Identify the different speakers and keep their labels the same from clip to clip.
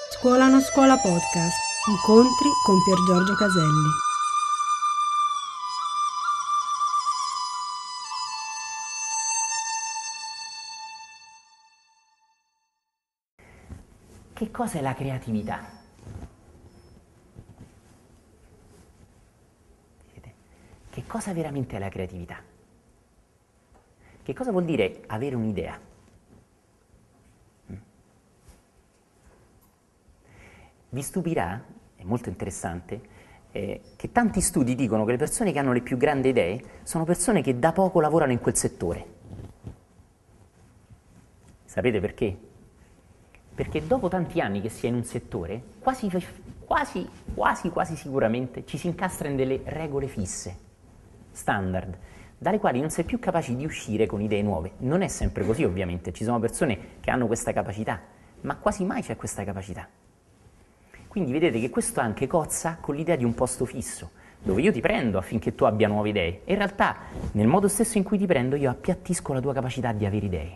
Speaker 1: Scuola non scuola podcast. Incontri con Pier Giorgio Caselli.
Speaker 2: Che cosa è la creatività? Che cosa veramente è la creatività? Che cosa vuol dire avere un'idea? Vi stupirà, è molto interessante, che tanti studi dicono che le persone che hanno le più grandi idee sono persone che da poco lavorano in quel settore. Sapete perché? Perché dopo tanti anni che si è in un settore, quasi sicuramente ci si incastra in delle regole fisse, standard, dalle quali non si è più capaci di uscire con idee nuove. Non è sempre così, ovviamente, ci sono persone che hanno questa capacità, ma quasi mai c'è questa capacità. Quindi vedete che questo anche cozza con l'idea di un posto fisso, dove io ti prendo affinché tu abbia nuove idee, e in realtà nel modo stesso in cui ti prendo io appiattisco la tua capacità di avere idee.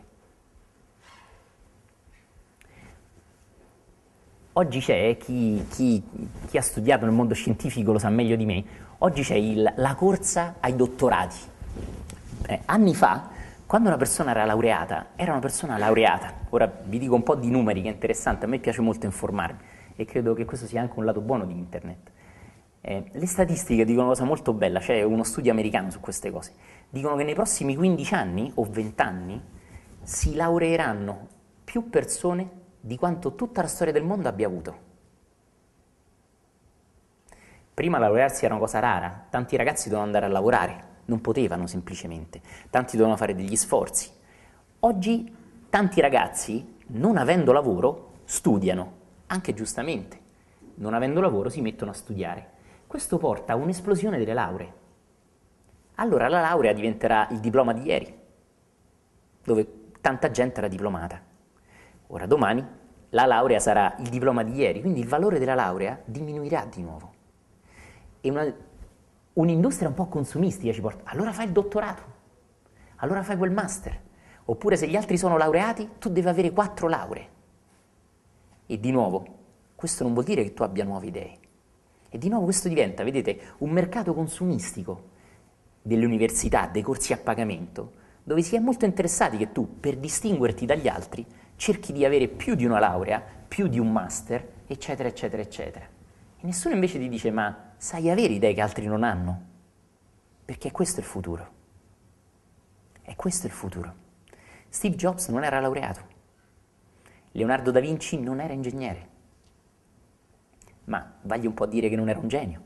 Speaker 2: Oggi c'è, chi ha studiato nel mondo scientifico lo sa meglio di me, oggi c'è la corsa ai dottorati. Anni fa, quando una persona era una persona laureata. Ora vi dico un po' di numeri che è interessante, a me piace molto informarmi e credo che questo sia anche un lato buono di internet. Le statistiche dicono una cosa molto bella, c'è uno studio americano su queste cose, dicono che nei prossimi 15 anni o 20 anni si laureeranno più persone di quanto tutta la storia del mondo abbia avuto. Prima laurearsi era una cosa rara, tanti ragazzi dovevano andare a lavorare, non potevano semplicemente, tanti dovevano fare degli sforzi. Oggi tanti ragazzi, non avendo lavoro, studiano, anche giustamente. Non avendo lavoro si mettono a studiare. Questo porta a un'esplosione delle lauree. Allora la laurea diventerà il diploma di ieri, dove tanta gente era diplomata. Ora domani la laurea sarà il diploma di ieri, quindi il valore della laurea diminuirà di nuovo. E un'industria un po' consumistica ci porta, allora fai il dottorato, allora fai quel master, oppure se gli altri sono laureati tu devi avere 4 lauree. E di nuovo, questo non vuol dire che tu abbia nuove idee. E di nuovo questo diventa, vedete, un mercato consumistico delle università, dei corsi a pagamento, dove si è molto interessati che tu, per distinguerti dagli altri, cerchi di avere più di una laurea, più di un master, eccetera, eccetera, eccetera. E nessuno invece ti dice, ma sai avere idee che altri non hanno? Perché questo è il futuro. È questo il futuro. Steve Jobs non era laureato. Leonardo da Vinci non era ingegnere. Ma vagli un po' dire che non era un genio.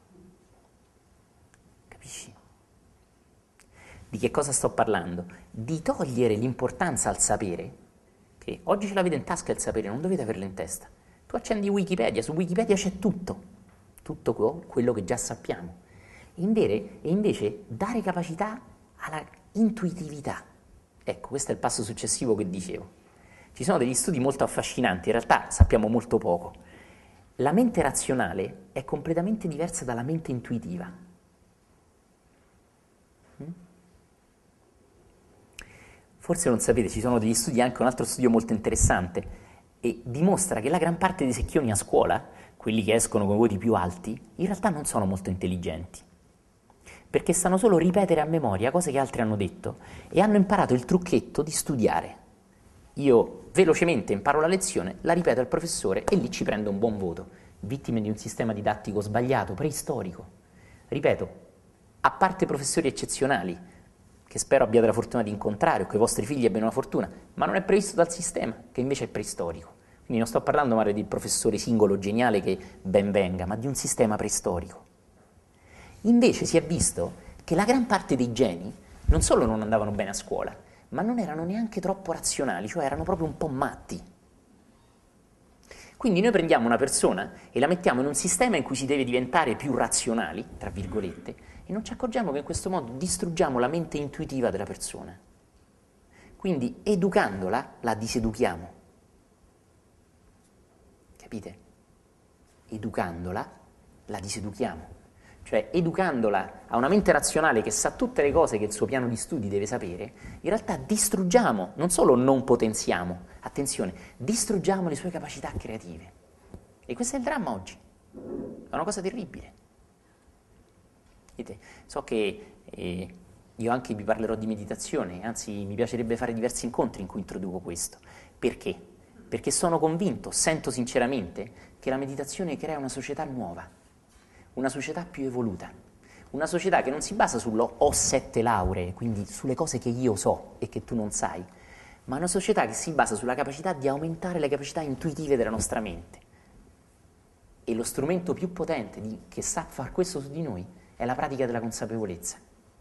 Speaker 2: Capisci? Di che cosa sto parlando? Di togliere l'importanza al sapere, che oggi ce l'avete in tasca il sapere, non dovete averlo in testa. Tu accendi Wikipedia, su Wikipedia c'è tutto quello che già sappiamo. E invece dare capacità alla intuitività. Ecco, questo è il passo successivo che dicevo. Ci sono degli studi molto affascinanti, in realtà sappiamo molto poco. La mente razionale è completamente diversa dalla mente intuitiva. Forse non sapete, ci sono degli studi, anche un altro studio molto interessante, e dimostra che la gran parte dei secchioni a scuola, quelli che escono con voti più alti, in realtà non sono molto intelligenti, perché sanno solo ripetere a memoria cose che altri hanno detto e hanno imparato il trucchetto di studiare. Io velocemente imparo la lezione, la ripeto al professore e lì ci prendo un buon voto, vittime di un sistema didattico sbagliato, preistorico. Ripeto, a parte professori eccezionali, che spero abbiate la fortuna di incontrare o che i vostri figli abbiano la fortuna, ma non è previsto dal sistema, che invece è preistorico. Quindi non sto parlando magari del professore singolo geniale che ben venga, ma di un sistema preistorico. Invece si è visto che la gran parte dei geni non solo non andavano bene a scuola, ma non erano neanche troppo razionali, cioè erano proprio un po' matti. Quindi noi prendiamo una persona e la mettiamo in un sistema in cui si deve diventare più razionali, tra virgolette, e non ci accorgiamo che in questo modo distruggiamo la mente intuitiva della persona. Quindi educandola la diseduchiamo. Capite? Educandola la diseduchiamo. Cioè educandola a una mente razionale che sa tutte le cose che il suo piano di studi deve sapere, in realtà distruggiamo, non solo non potenziamo, attenzione, distruggiamo le sue capacità creative. E questo è il dramma oggi. È una cosa terribile. Vedete? So che io anche vi parlerò di meditazione, anzi mi piacerebbe fare diversi incontri in cui introduco questo. Perché? Perché sono convinto, sento sinceramente, che la meditazione crea una società nuova, una società più evoluta, una società che non si basa sullo ho 7 lauree, quindi sulle cose che io so e che tu non sai, ma una società che si basa sulla capacità di aumentare le capacità intuitive della nostra mente. E lo strumento più potente che sa far questo su di noi è la pratica della consapevolezza.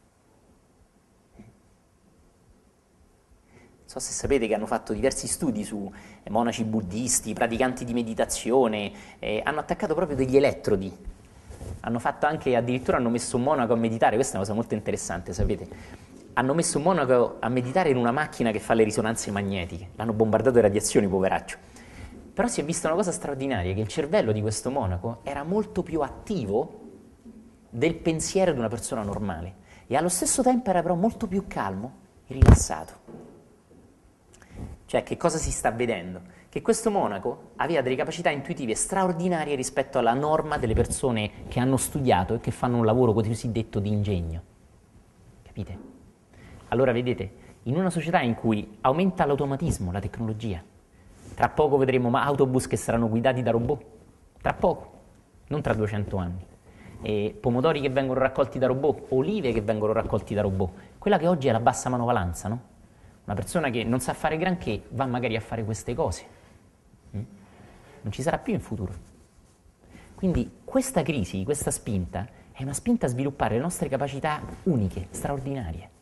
Speaker 2: Non so se sapete che hanno fatto diversi studi su monaci buddisti, praticanti di meditazione, hanno attaccato proprio degli elettrodi, hanno fatto anche, addirittura hanno messo un monaco a meditare, questa è una cosa molto interessante, sapete? Hanno messo un monaco a meditare in una macchina che fa le risonanze magnetiche, l'hanno bombardato di radiazioni, poveraccio. Però si è vista una cosa straordinaria, che il cervello di questo monaco era molto più attivo del pensiero di una persona normale e allo stesso tempo era però molto più calmo e rilassato. Cioè, che cosa si sta vedendo? Che questo monaco aveva delle capacità intuitive straordinarie rispetto alla norma delle persone che hanno studiato e che fanno un lavoro cosiddetto di ingegno. Capite? Allora, vedete, in una società in cui aumenta l'automatismo, la tecnologia, tra poco vedremo autobus che saranno guidati da robot, tra poco, non tra 200 anni, e pomodori che vengono raccolti da robot, olive che vengono raccolti da robot, quella che oggi è la bassa manovalanza, no? Una persona che non sa fare granché va magari a fare queste cose. Non ci sarà più in futuro. Quindi questa crisi, questa spinta, è una spinta a sviluppare le nostre capacità uniche, straordinarie.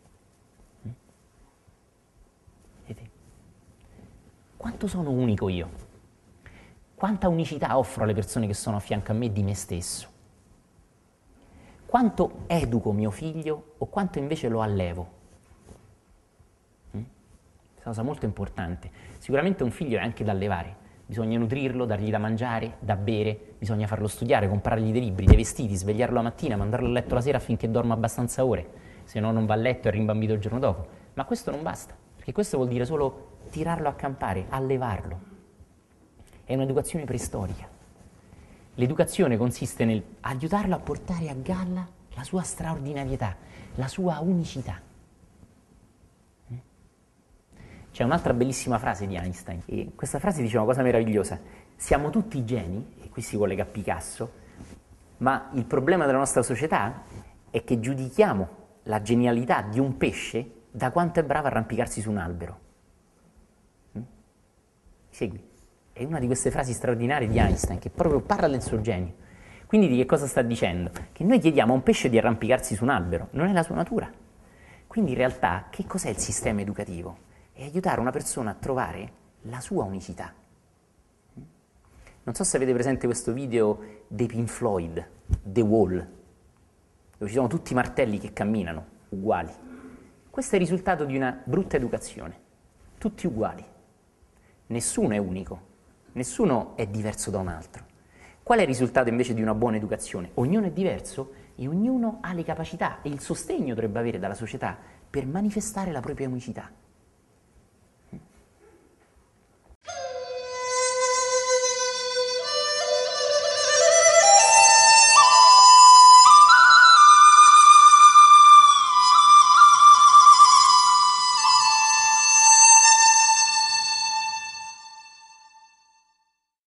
Speaker 2: Vedete? Quanto sono unico io? Quanta unicità offro alle persone che sono a fianco a me di me stesso? Quanto educo mio figlio o quanto invece lo allevo? Questa cosa molto importante. Sicuramente un figlio è anche da allevare, bisogna nutrirlo, dargli da mangiare, da bere, bisogna farlo studiare, comprargli dei libri, dei vestiti, svegliarlo la mattina, mandarlo a letto la sera affinché dorma abbastanza ore, se no non va a letto e è rimbambito il giorno dopo. Ma questo non basta, perché questo vuol dire solo tirarlo a campare, allevarlo. È un'educazione preistorica. L'educazione consiste nel aiutarlo a portare a galla la sua straordinarietà, la sua unicità. C'è un'altra bellissima frase di Einstein, e questa frase dice una cosa meravigliosa. Siamo tutti geni, e qui si collega a Picasso, ma il problema della nostra società è che giudichiamo la genialità di un pesce da quanto è bravo a arrampicarsi su un albero. Segui? È una di queste frasi straordinarie di Einstein che proprio parla del suo genio. Quindi di che cosa sta dicendo? Che noi chiediamo a un pesce di arrampicarsi su un albero, non è la sua natura. Quindi in realtà che cos'è il sistema educativo? È aiutare una persona a trovare la sua unicità. Non so se avete presente questo video dei Pink Floyd, The Wall, dove ci sono tutti i martelli che camminano, uguali. Questo è il risultato di una brutta educazione, tutti uguali. Nessuno è unico, nessuno è diverso da un altro. Qual è il risultato invece di una buona educazione? Ognuno è diverso e ognuno ha le capacità e il sostegno dovrebbe avere dalla società per manifestare la propria unicità.